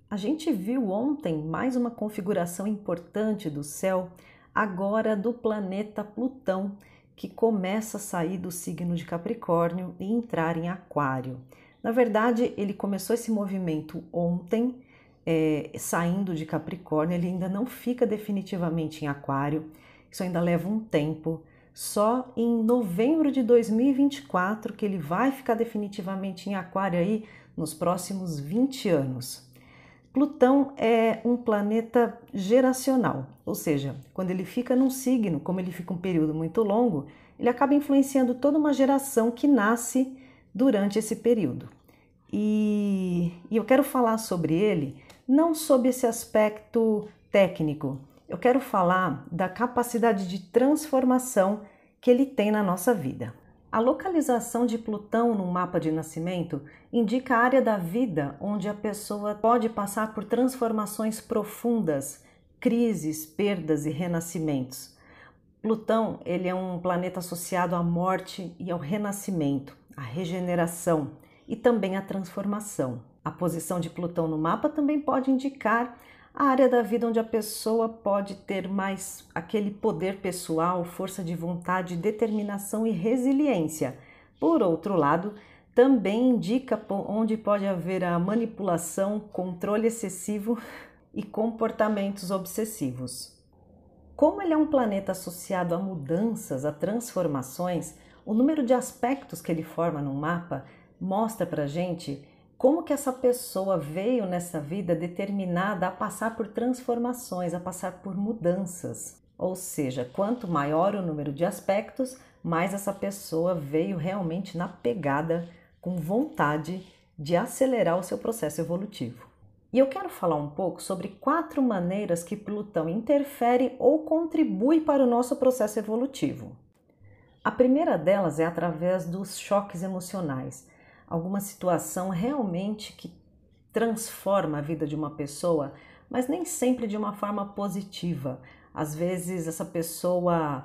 A gente viu ontem mais uma configuração importante do céu, agora do planeta Plutão, que começa a sair do signo de Capricórnio e entrar em Aquário. Na verdade, ele começou esse movimento ontem, saindo de Capricórnio, ele ainda não fica definitivamente em Aquário, isso ainda leva um tempo. Só em novembro de 2024 que ele vai ficar definitivamente em Aquário aí nos próximos 20 anos. Plutão é um planeta geracional, ou seja, quando ele fica num signo, como ele fica um período muito longo, ele acaba influenciando toda uma geração que nasce durante esse período. E eu quero falar sobre ele não sob esse aspecto técnico, eu quero falar da capacidade de transformação que ele tem na nossa vida. A localização de Plutão no mapa de nascimento indica a área da vida onde a pessoa pode passar por transformações profundas, crises, perdas e renascimentos. Plutão, ele é um planeta associado à morte e ao renascimento, à regeneração e também à transformação. A posição de Plutão no mapa também pode indicar a área da vida onde a pessoa pode ter mais aquele poder pessoal, força de vontade, determinação e resiliência. Por outro lado, também indica onde pode haver a manipulação, controle excessivo e comportamentos obsessivos. Como ele é um planeta associado a mudanças, a transformações, o número de aspectos que ele forma no mapa mostra pra gente como que essa pessoa veio nessa vida determinada a passar por transformações, a passar por mudanças. Ou seja, quanto maior o número de aspectos, mais essa pessoa veio realmente na pegada, com vontade de acelerar o seu processo evolutivo. E eu quero falar um pouco sobre 4 maneiras que Plutão interfere ou contribui para o nosso processo evolutivo. A primeira delas é através dos choques emocionais. Alguma situação realmente que transforma a vida de uma pessoa, mas nem sempre de uma forma positiva. Às vezes essa pessoa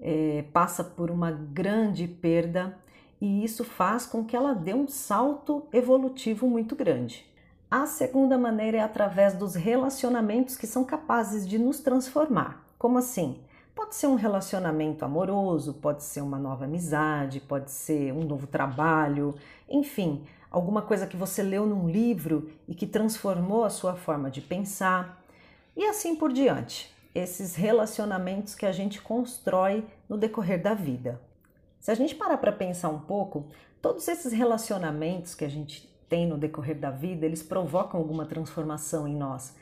passa por uma grande perda e isso faz com que ela dê um salto evolutivo muito grande. A segunda maneira é através dos relacionamentos que são capazes de nos transformar. Como assim? Pode ser um relacionamento amoroso, pode ser uma nova amizade, pode ser um novo trabalho, enfim, alguma coisa que você leu num livro e que transformou a sua forma de pensar e assim por diante. Esses relacionamentos que a gente constrói no decorrer da vida. Se a gente parar para pensar um pouco, todos esses relacionamentos que a gente tem no decorrer da vida, eles provocam alguma transformação em nós.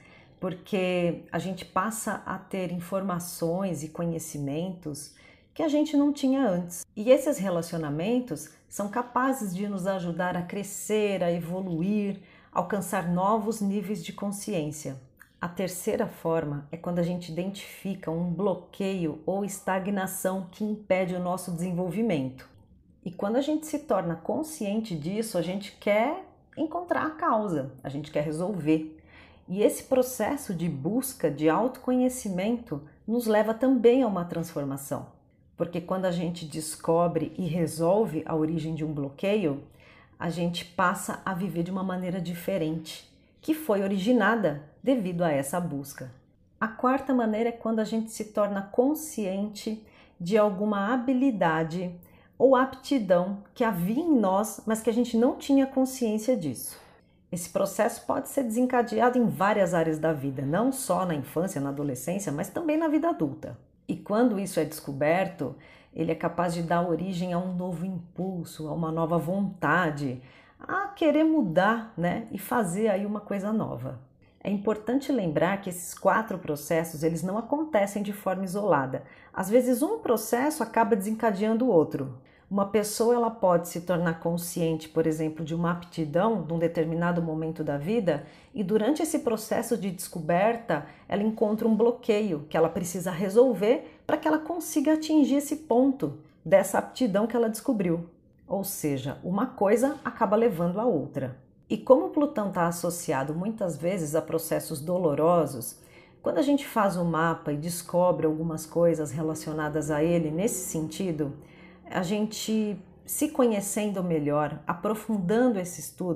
Porque a gente passa a ter informações e conhecimentos que a gente não tinha antes. E esses relacionamentos são capazes de nos ajudar a crescer, a evoluir, alcançar novos níveis de consciência. A terceira forma é quando a gente identifica um bloqueio ou estagnação que impede o nosso desenvolvimento. E quando a gente se torna consciente disso, a gente quer encontrar a causa, a gente quer resolver. E esse processo de busca de autoconhecimento nos leva também a uma transformação. Porque quando a gente descobre e resolve a origem de um bloqueio, a gente passa a viver de uma maneira diferente, que foi originada devido a essa busca. A quarta maneira é quando a gente se torna consciente de alguma habilidade ou aptidão que havia em nós, mas que a gente não tinha consciência disso. Esse processo pode ser desencadeado em várias áreas da vida, não só na infância, na adolescência, mas também na vida adulta. E quando isso é descoberto, ele é capaz de dar origem a um novo impulso, a uma nova vontade, a querer mudar, né? E fazer aí uma coisa nova. É importante lembrar que esses 4 processos, eles não acontecem de forma isolada. Às vezes um processo acaba desencadeando o outro. Uma pessoa ela pode se tornar consciente, por exemplo, de uma aptidão num determinado momento da vida e durante esse processo de descoberta ela encontra um bloqueio que ela precisa resolver para que ela consiga atingir esse ponto dessa aptidão que ela descobriu. Ou seja, uma coisa acaba levando a outra. E como Plutão está associado muitas vezes a processos dolorosos, quando a gente faz o mapa e descobre algumas coisas relacionadas a ele nesse sentido, a gente se conhecendo melhor, aprofundando esse estudo,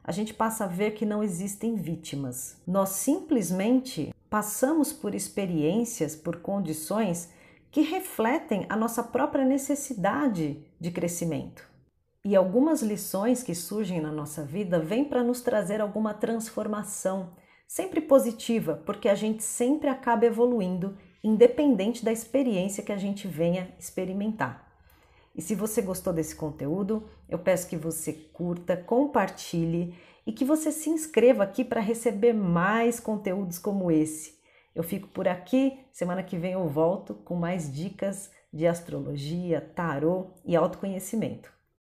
a gente passa a ver que não existem vítimas. Nós simplesmente passamos por experiências, por condições que refletem a nossa própria necessidade de crescimento. E algumas lições que surgem na nossa vida vêm para nos trazer alguma transformação, sempre positiva, porque a gente sempre acaba evoluindo, independente da experiência que a gente venha experimentar. E se você gostou desse conteúdo, eu peço que você curta, compartilhe e que você se inscreva aqui para receber mais conteúdos como esse. Eu fico por aqui, semana que vem eu volto com mais dicas de astrologia, tarô e autoconhecimento.